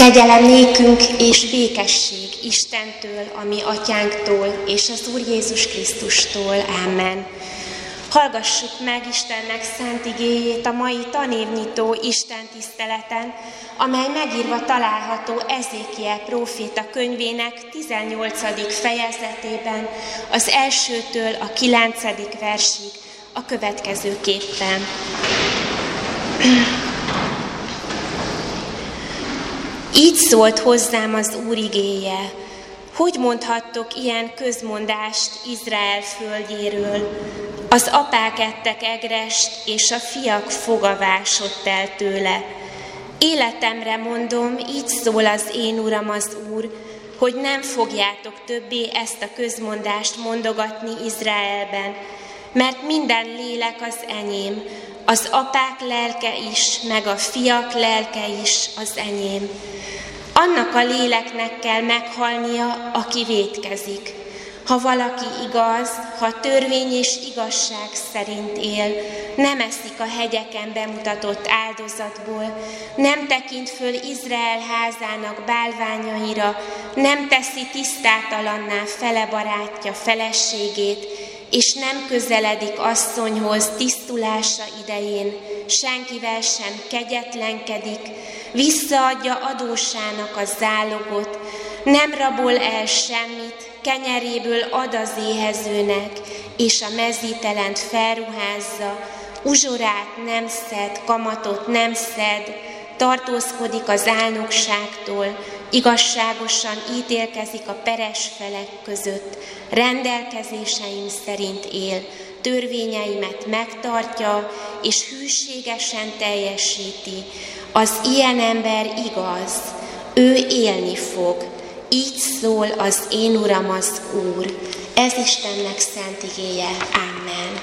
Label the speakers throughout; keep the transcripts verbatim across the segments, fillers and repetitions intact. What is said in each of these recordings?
Speaker 1: Kegyelem nékünk és békesség Istentől, a mi atyánktól és az Úr Jézus Krisztustól. Amen. Hallgassuk meg Istennek szent igéjét a mai tanévnyitó Isten tiszteleten, amely megírva található Ezékiel próféta könyvének tizennyolcadik fejezetében, az elsőtől a kilencedik versig a következőképpen. Így szólt hozzám az Úr igéje: hogy mondhattok ilyen közmondást Izrael földjéről? Az apák ettek egrest, és a fiak foga vásott el tőle. Életemre mondom, így szól az én Uram az Úr, hogy nem fogjátok többé ezt a közmondást mondogatni Izraelben, mert minden lélek az enyém, az apák lelke is, meg a fiak lelke is az enyém. Annak a léleknek kell meghalnia, aki vétkezik. Ha valaki igaz, ha törvény és igazság szerint él, nem eszik a hegyeken bemutatott áldozatból, nem tekint föl Izrael házának bálványaira, nem teszi tisztátalanná fele barátja feleségét, és nem közeledik asszonyhoz tisztulása idején, senkivel sem kegyetlenkedik, visszaadja adósának a zálogot, nem rabol el semmit, kenyeréből ad az éhezőnek, és a mezítelent felruházza, uzsorát nem szed, kamatot nem szed, tartózkodik az álnokságtól, igazságosan ítélkezik a peres felek között, rendelkezéseim szerint él, törvényeimet megtartja, és hűségesen teljesíti. Az ilyen ember igaz, ő élni fog. Így szól az én Uram az Úr. Ez Istennek szent igéje. Amen.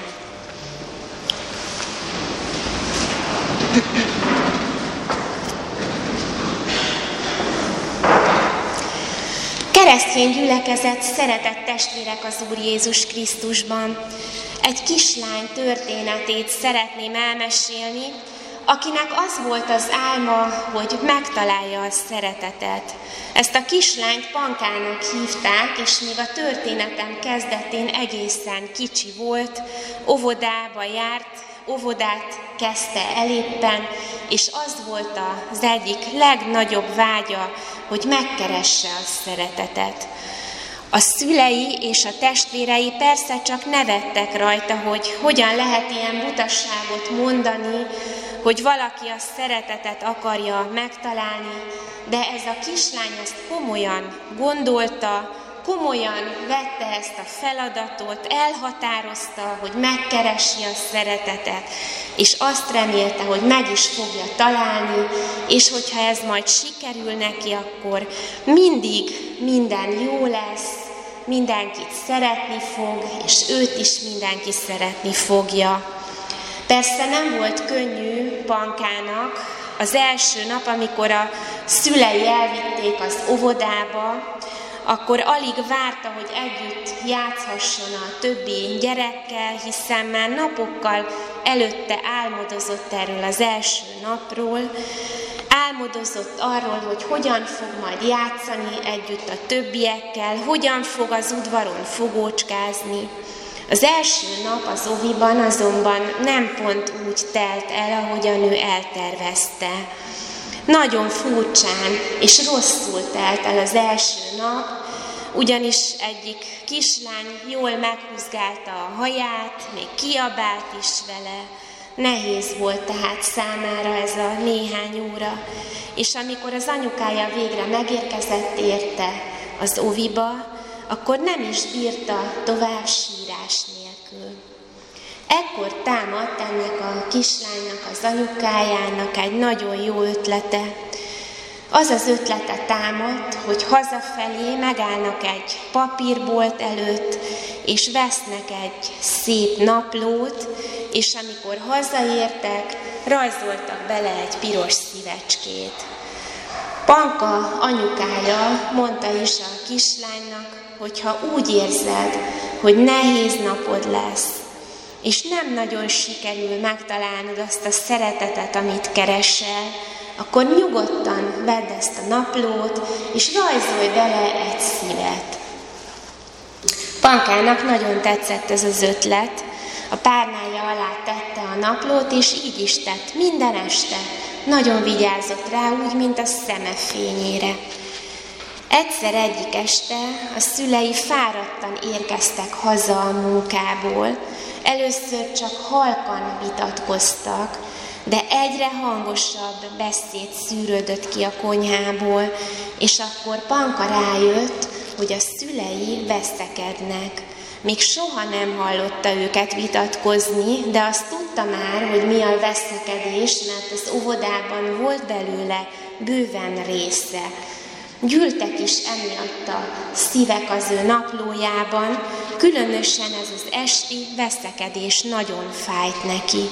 Speaker 1: Keresztény gyülekezet, szeretett testvérek az Úr Jézus Krisztusban. Egy kislány történetét szeretném elmesélni, akinek az volt az álma, hogy megtalálja a szeretetet. Ezt a kislányt Pankának hívták, és még a történetem kezdetén egészen kicsi volt, óvodába járt, óvodát kezdte el éppen, és az volt az egyik legnagyobb vágya, hogy megkeresse a szeretetet. A szülei és a testvérei persze csak nevettek rajta, hogy hogyan lehet ilyen butaságot mondani, hogy valaki a szeretetet akarja megtalálni, de ez a kislány ezt komolyan gondolta, komolyan vette ezt a feladatot, elhatározta, hogy megkeresi a szeretetet, és azt remélte, hogy meg is fogja találni, és hogyha ez majd sikerül neki, akkor mindig minden jó lesz, mindenkit szeretni fog, és őt is mindenki szeretni fogja. Persze nem volt könnyű Pankának az első nap, amikor a szülei elvitték az óvodába, akkor alig várta, hogy együtt játszhasson a többi gyerekkel, hiszen már napokkal előtte álmodozott erről az első napról, álmodozott arról, hogy hogyan fog majd játszani együtt a többiekkel, hogyan fog az udvaron fogócskázni. Az első nap az oviban azonban nem pont úgy telt el, ahogyan ő eltervezte. Nagyon furcsán és rosszul telt el az első nap, ugyanis egyik kislány jól meghúzgálta a haját, még kiabált is vele. Nehéz volt tehát számára ez a néhány óra, és amikor az anyukája végre megérkezett érte az oviba, akkor nem is bírta tovább sírás nélkül. Ekkor támadt ennek a kislánynak, az anyukájának egy nagyon jó ötlete. Az az ötlete támadt, hogy hazafelé megállnak egy papírbolt előtt, és vesznek egy szép naplót, és amikor hazaértek, rajzoltak bele egy piros szívecskét. Panka anyukája mondta is a kislánynak, hogy ha úgy érzed, hogy nehéz napod lesz, és nem nagyon sikerül megtalálnod azt a szeretetet, amit keresel, akkor nyugodtan vedd ezt a naplót, és rajzolj bele egy szívet. Pankának nagyon tetszett ez az ötlet, a párnája alá tette a naplót, és így is tett minden este. Nagyon vigyázott rá, úgy, mint a szeme fényére. Egyszer egyik este a szülei fáradtan érkeztek haza a munkából. Először csak halkan vitatkoztak, de egyre hangosabb beszéd szűrődött ki a konyhából, és akkor Panka rájött, hogy a szülei veszekednek. Még soha nem hallotta őket vitatkozni, de azt tudta már, hogy mi a veszekedés, mert az óvodában volt belőle bőven része. Gyűltek is emiatt a szívek az ő naplójában, különösen ez az esti veszekedés nagyon fájt neki.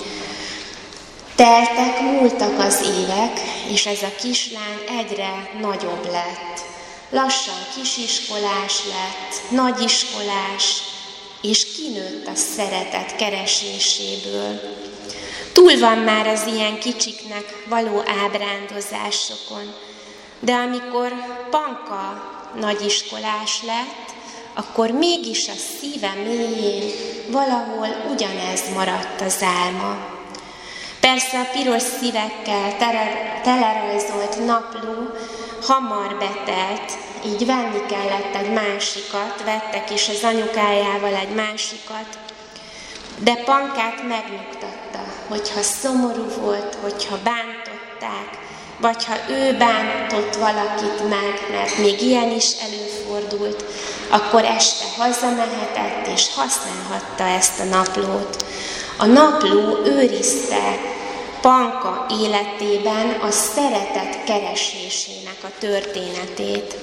Speaker 1: Teltek, múltak az évek, és ez a kislány egyre nagyobb lett. Lassan kisiskolás lett, nagyiskolás, és kinőtt a szeretet kereséséből. Túl van már az ilyen kicsiknek való ábrándozásokon, de amikor Panka nagyiskolás lett, akkor mégis a szíve mélyén valahol ugyanez maradt az álma. Persze a piros szívekkel telerajzolt napló hamar betelt, így venni kellett egy másikat, vettek is az anyukájával egy másikat, de Pankát megnyugtatta, hogyha szomorú volt, hogyha bántották, vagy ha ő bántott valakit meg, mert még ilyen is előfordult, akkor este hazamehetett és használhatta ezt a naplót. A napló őrizte Panka életében a szeretet keresésének a történetét.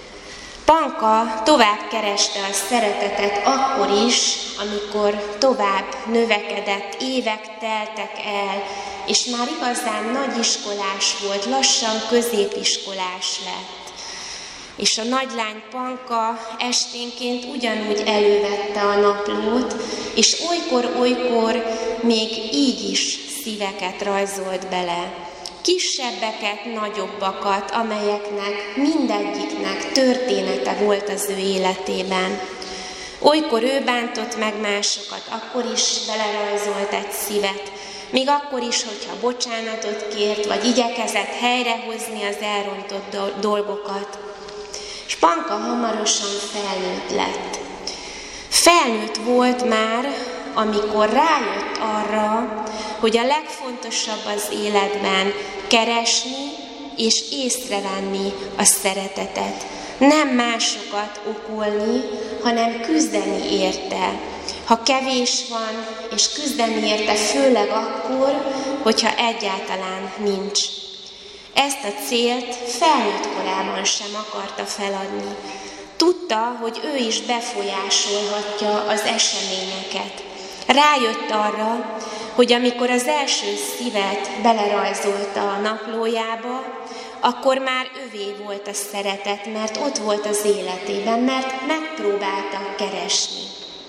Speaker 1: Panka tovább kereste a szeretetet akkor is, amikor tovább növekedett, évek teltek el, és már igazán nagyiskolás volt, lassan középiskolás lett. És a nagylány Panka esténként ugyanúgy elővette a naplót, és olykor-olykor még így is szíveket rajzolt bele. Kisebbeket, nagyobbakat, amelyeknek mindegyiknek története volt az ő életében. Olykor ő bántott meg másokat, akkor is belerajzolt egy szívet, még akkor is, hogyha bocsánatot kért, vagy igyekezett helyrehozni az elrontott dolgokat. És Panka hamarosan felnőtt lett. Felnőtt volt már, amikor rájött arra, hogy a legfontosabb az életben keresni és észrevenni a szeretetet. Nem másokat okolni, hanem küzdeni érte. Ha kevés van, és küzdeni érte, főleg akkor, hogyha egyáltalán nincs. Ezt a célt felnőtt korában sem akarta feladni. Tudta, hogy ő is befolyásolhatja az eseményeket. Rájött arra, hogy amikor az első szívet belerajzolta a naplójába, akkor már övé volt a szeretet, mert ott volt az életében, mert megpróbálta keresni.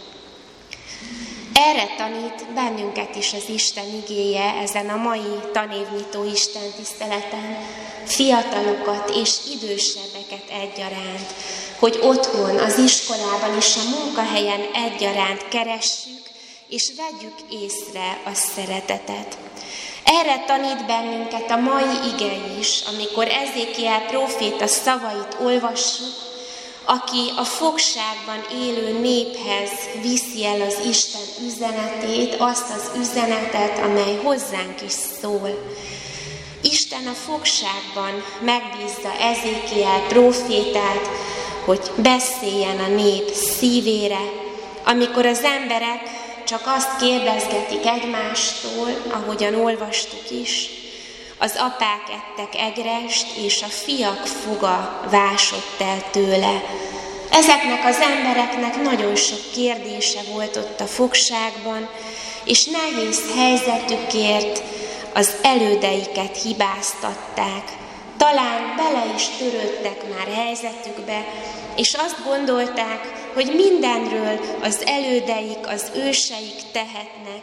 Speaker 1: Erre tanít bennünket is az Isten igéje ezen a mai tanévnyitó Isten tiszteleten, fiatalokat és idősebbeket egyaránt, hogy otthon, az iskolában és a munkahelyen egyaránt keressük, és vegyük észre a szeretetet. Erre tanít bennünket a mai ige is, amikor Ezékiel próféta szavait olvassuk, aki a fogságban élő néphez viszi el az Isten üzenetét, azt az üzenetet, amely hozzánk is szól. Isten a fogságban megbízza Ezékiel prófétát, hogy beszéljen a nép szívére, amikor az emberek csak azt kérdezgetik egymástól, ahogyan olvastuk is, az apák ettek egrest, és a fiak foga vásott el tőle. Ezeknek az embereknek nagyon sok kérdése volt ott a fogságban, és nehéz helyzetükért az elődeiket hibáztatták. Talán bele is törődtek már helyzetükbe, és azt gondolták, hogy mindenről az elődeik, az őseik tehetnek,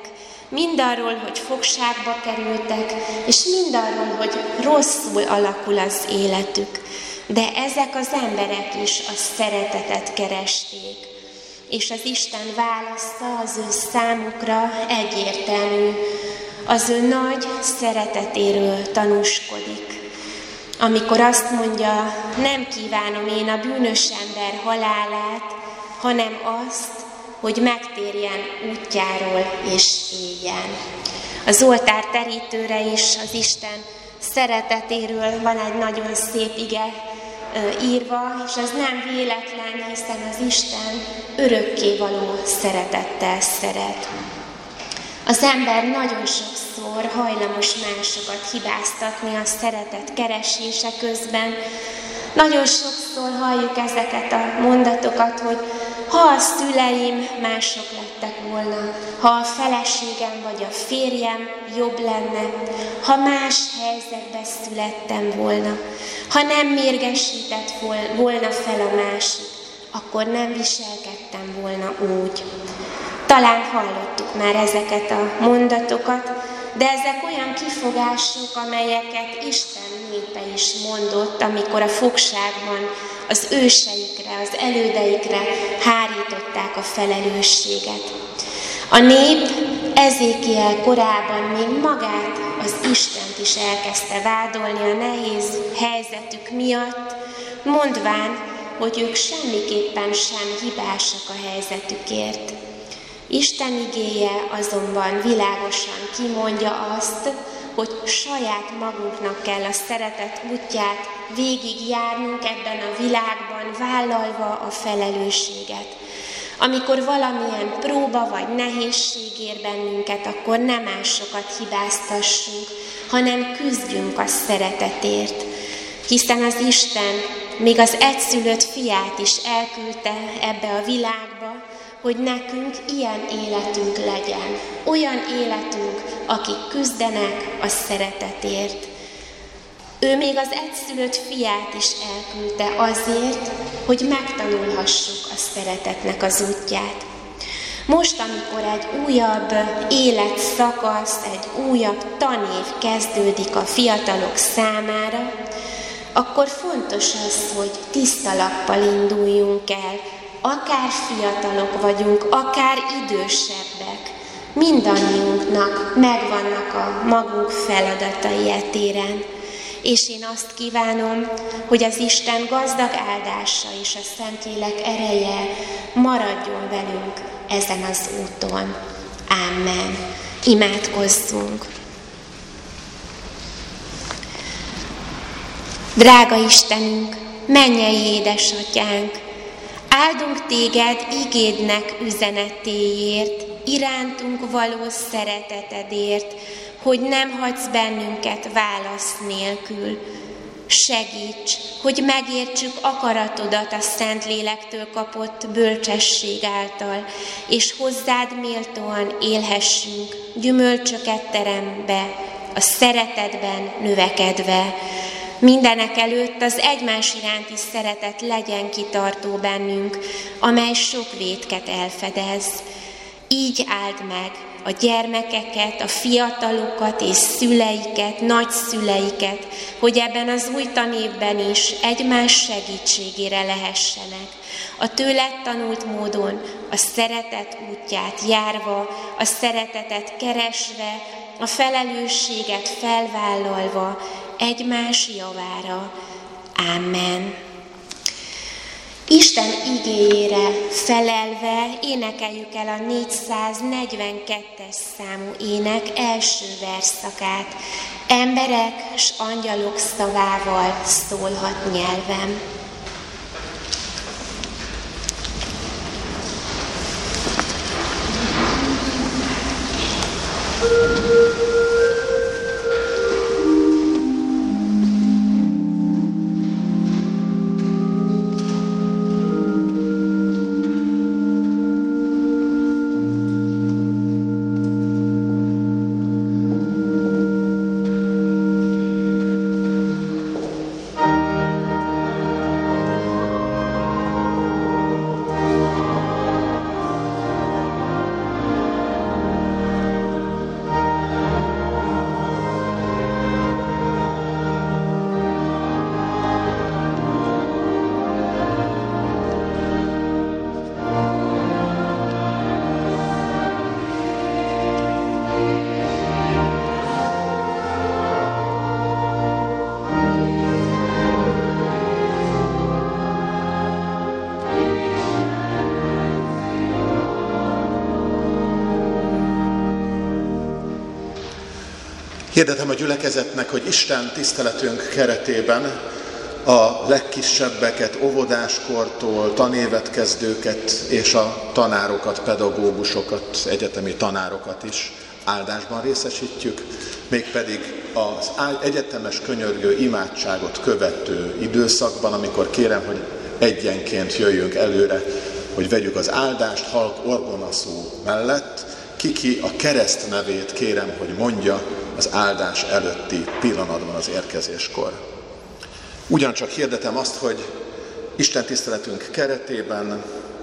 Speaker 1: Mindarról, hogy fogságba kerültek, és mindarról, hogy rosszul alakul az életük. De ezek az emberek is a szeretetet keresték. És az Isten válasza az ő számukra egyértelmű. Az ő nagy szeretetéről tanúskodik. Amikor azt mondja, nem kívánom én a bűnös ember halálát, hanem azt, hogy megtérjen útjáról és éljen. Az oltár terítőre is az Isten szeretetéről van egy nagyon szép ige írva, és az nem véletlen, hiszen az Isten örökkévaló szeretettel szeret. Az ember nagyon sokszor hajlamos másokat hibáztatni a szeretet keresése közben. Nagyon sokszor halljuk ezeket a mondatokat, hogy ha a szüleim mások lettek volna, ha a feleségem vagy a férjem jobb lenne, ha más helyzetbe születtem volna, ha nem mérgesített volna fel a másik, akkor nem viselkedtem volna úgy. Talán hallottuk már ezeket a mondatokat, de ezek olyan kifogások, amelyeket Isten népe is mondott, amikor a fogságban az őseikre, az elődeikre hárították a felelősséget. A nép Ezékiel korában még magát, az Istent is elkezdte vádolni a nehéz helyzetük miatt, mondván, hogy ők semmiképpen sem hibásak a helyzetükért. Isten igéje azonban világosan kimondja azt, hogy saját magunknak kell a szeretet útját végigjárnunk ebben a világban, vállalva a felelősséget. Amikor valamilyen próba vagy nehézség ér bennünket, akkor nem másokat hibáztassunk, hanem küzdjünk a szeretetért. Hiszen az Isten még az egyszülött fiát is elküldte ebbe a világba, hogy nekünk ilyen életünk legyen. Olyan életünk, akik küzdenek a szeretetért. Ő még az egyszülött fiát is elküldte azért, hogy megtanulhassuk a szeretetnek az útját. Most, amikor egy újabb életszakasz, egy újabb tanév kezdődik a fiatalok számára, akkor fontos az, hogy tiszta lappal induljunk el. Akár fiatalok vagyunk, akár idősebbek, mindannyiunknak megvannak a magunk feladatai e téren. És én azt kívánom, hogy az Isten gazdag áldása és a Szentlélek ereje maradjon velünk ezen az úton. Amen. Imádkozzunk! Drága Istenünk, mennyei édesatyánk, áldunk téged igédnek üzenetéért, irántunk való szeretetedért, hogy nem hagysz bennünket válasz nélkül. Segíts, hogy megértsük akaratodat a Szentlélektől kapott bölcsesség által, és hozzád méltóan élhessünk, gyümölcsöket teremtve, a szeretetben növekedve. Mindenek előtt az egymás iránti szeretet legyen kitartó bennünk, amely sok vétket elfedez. Így áld meg a gyermekeket, a fiatalokat és szüleiket, nagyszüleiket, hogy ebben az új tanévben is egymás segítségére lehessenek. A tőled tanult módon a szeretet útját járva, a szeretetet keresve, a felelősséget felvállalva, egymás javára. Amen. Isten igéjére felelve énekeljük el a négyszáznegyvenkettes számú ének első versszakát. Emberek s angyalok szavával szólhat nyelvem.
Speaker 2: Hirdetem a gyülekezetnek, hogy Isten tiszteletünk keretében a legkisebbeket, óvodáskortól, tanévetkezdőket és a tanárokat, pedagógusokat, egyetemi tanárokat is áldásban részesítjük, mégpedig az egyetemes könyörgő imádságot követő időszakban, amikor kérem, hogy egyenként jöjjünk előre, hogy vegyük az áldást halk orgonaszó mellett, ki-ki a kereszt nevét kérem, hogy mondja az áldás előtti pillanatban az érkezéskor. Ugyancsak hirdetem azt, hogy Isten tiszteletünk keretében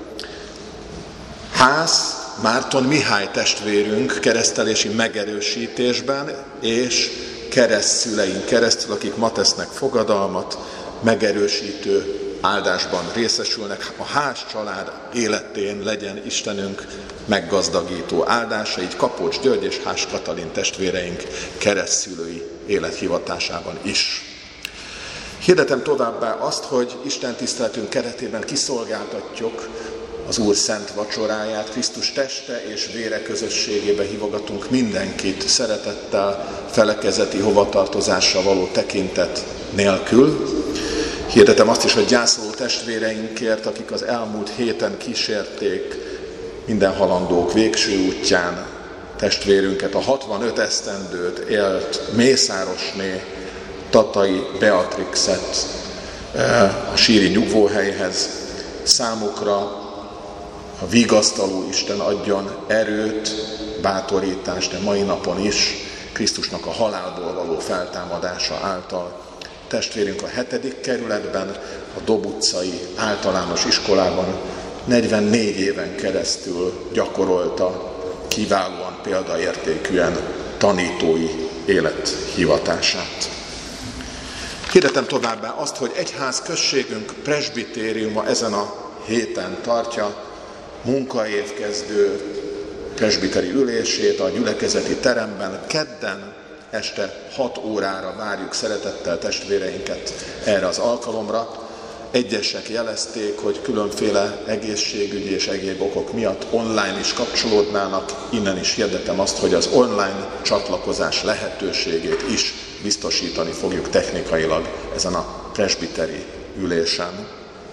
Speaker 2: Ház Márton Mihály testvérünk keresztelési megerősítésben és keresztszüleink keresztül, akik ma tesznek fogadalmat, megerősítő áldásban részesülnek. A Ház család életén legyen Istenünk meggazdagító áldása, így Kapocs György és Ház Katalin testvéreink keresztszülői élethivatásában is. Hirdetem továbbá azt, hogy Isten tiszteletünk keretében kiszolgáltatjuk az Úr szent vacsoráját, Krisztus teste és vére közösségébe hívogatunk mindenkit szeretettel, felekezeti hovatartozással való tekintet nélkül. Hirdetem azt is, hogy gyászoló testvéreinkért, akik az elmúlt héten kísérték minden halandók végső útján testvérünket, a hatvanöt esztendőt élt Mészárosné Tatai Beatrixet a síri nyugvóhelyhez, számukra a vigasztaló Isten adjon erőt, bátorítást, de mai napon is Krisztusnak a halálból való feltámadása által. Testvérünk a hetedik kerületben, a Dob utcai általános iskolában negyvennégy éven keresztül gyakorolta kiválóan példaértékűen tanítói élethivatását. Hirdetem továbbá azt, hogy egyház községünk presbitériuma ezen a héten tartja munkaévkezdő presbiteri ülését a gyülekezeti teremben. Kedden este hat órára várjuk szeretettel testvéreinket erre az alkalomra. Egyesek jelezték, hogy különféle egészségügyi és egyéb okok miatt online is kapcsolódnának. Innen is hirdetem azt, hogy az online csatlakozás lehetőségét is biztosítani fogjuk technikailag ezen a presbiteri ülésen.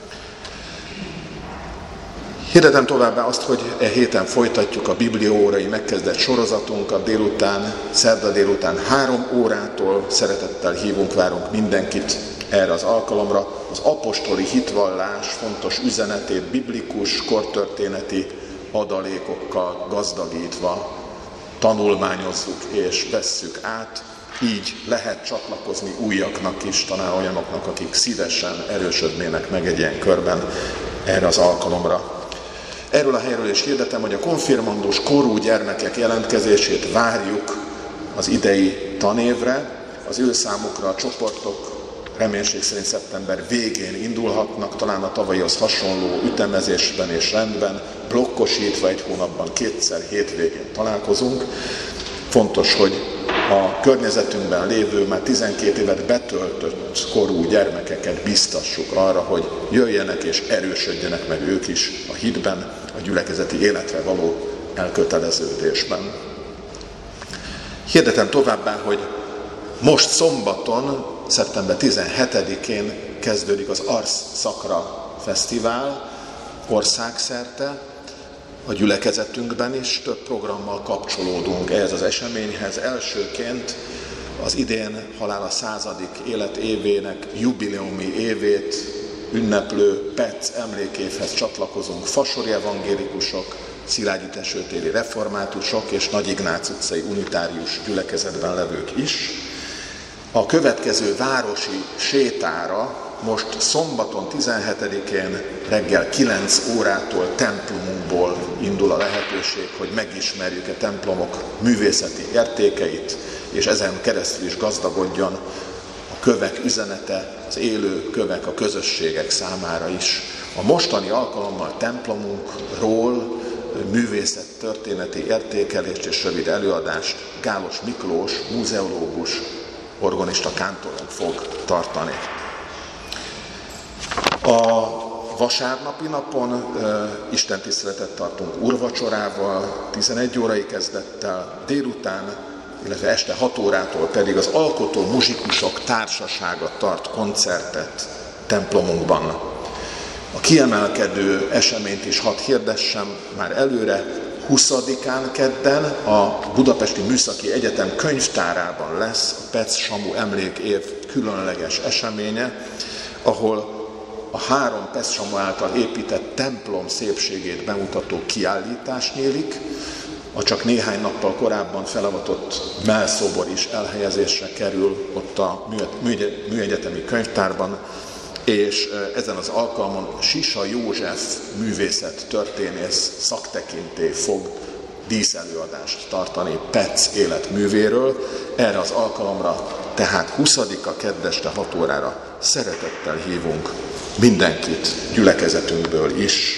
Speaker 2: Hirdetem továbbá azt, hogy e héten folytatjuk a bibliaórai megkezdett sorozatunkat délután, szerda délután három órától. Szeretettel hívunk, várunk mindenkit erre az alkalomra. Az apostoli hitvallás fontos üzenetét biblikus, kortörténeti adalékokkal gazdagítva tanulmányozzuk és vesszük át. Így lehet csatlakozni újaknak is, talán olyanoknak, akik szívesen erősödnének meg egy ilyen körben erre az alkalomra. Erről a helyről is hirdetem, hogy a konfirmandus korú gyermekek jelentkezését várjuk az idei tanévre. Az ő számukra a csoportok reménység szerint szeptember végén indulhatnak, talán a tavalyihoz hasonló ütemezésben és rendben, blokkosítva egy hónapban kétszer hétvégén találkozunk. Fontos, hogy a környezetünkben lévő, már tizenkét évet betöltött korú gyermekeket biztassuk arra, hogy jöjjenek és erősödjenek meg ők is a hitben, a gyülekezeti életre való elköteleződésben. Hirdetem továbbá, hogy most szombaton, szeptember tizenhetedikén kezdődik az Ars Sacra Fesztivál országszerte. A gyülekezetünkben is több programmal kapcsolódunk ehhez az eseményhez. Elsőként az idén halála századik életévének jubileumi évét ünneplő Petz emlékévhez csatlakozunk fasori evangélikusok, Szilágyi Tesőtéri reformátusok és Nagy Ignác utcai unitárius gyülekezetben levők is. A következő városi sétára most szombaton tizenhetedikén reggel kilenc órától templomunkból indul a lehetőség, hogy megismerjük a templomok művészeti értékeit, és ezen keresztül is gazdagodjon a kövek üzenete, az élő kövek a közösségek számára is. A mostani alkalommal templomunkról művészettörténeti értékelést és rövid előadást Gálos Miklós, múzeológus, organista kántorunk fog tartani. A vasárnapi napon uh, istentiszteletet tartunk úrvacsorával, tizenegy órai kezdettel, délután illetve este hat órától pedig az Alkotó Muzsikusok Társasága tart koncertet templomunkban. A kiemelkedő eseményt is hadd hirdessem már előre, huszadikán kedden a Budapesti Műszaki Egyetem könyvtárában lesz a Pec Samu emlékév különleges eseménye, ahol a három Pec Samu által épített templom szépségét bemutató kiállítás nyílik, a csak néhány nappal korábban felavatott mellszobor is elhelyezésre kerül ott a Műegyetemi Könyvtárban, és ezen az alkalmon Sisa József művészet történész szaktekintély fog díszelőadást tartani Pec életművéről. Erre az alkalomra tehát huszadika kedd este hat órára szeretettel hívunk mindenkit gyülekezetünkből is.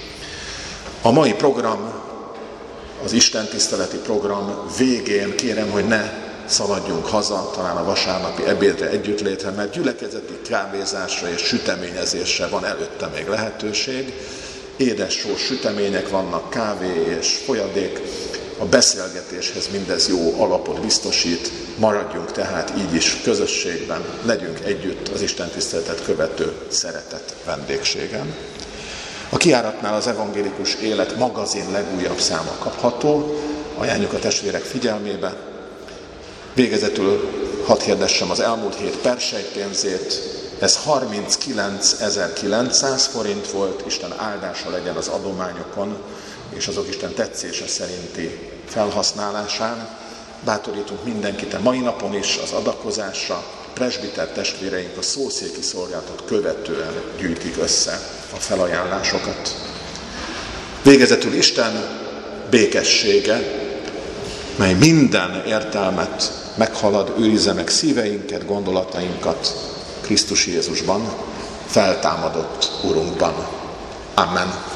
Speaker 2: A mai program, az istentiszteleti program végén kérem, hogy ne szaladjunk haza, talán a vasárnapi ebédre, együttlétre, mert gyülekezeti kávézásra és süteményezésre van előtte még lehetőség. Édes sós sütemények vannak, kávé és folyadék, a beszélgetéshez mindez jó alapot biztosít, maradjunk tehát így is közösségben, legyünk együtt az istentiszteletet követő szeretet vendégségen. A kijáratnál az Evangélikus Élet magazin legújabb száma kapható, ajánljuk a testvérek figyelmébe. Végezetül hadd hirdessem az elmúlt hét persejpénzét, ez harminckilencezer-kilencszáz forint volt, Isten áldása legyen az adományokon, és azok Isten tetszése szerinti felhasználásán. Bátorítunk mindenkit a mai napon is az adakozásra, presbiter testvéreink a szószéki szolgálatot követően gyűjtik össze a felajánlásokat. Végezetül Isten békessége, mely minden értelmet meghalad, őrizze meg szíveinket, gondolatainkat Krisztus Jézusban, feltámadott Urunkban. Amen.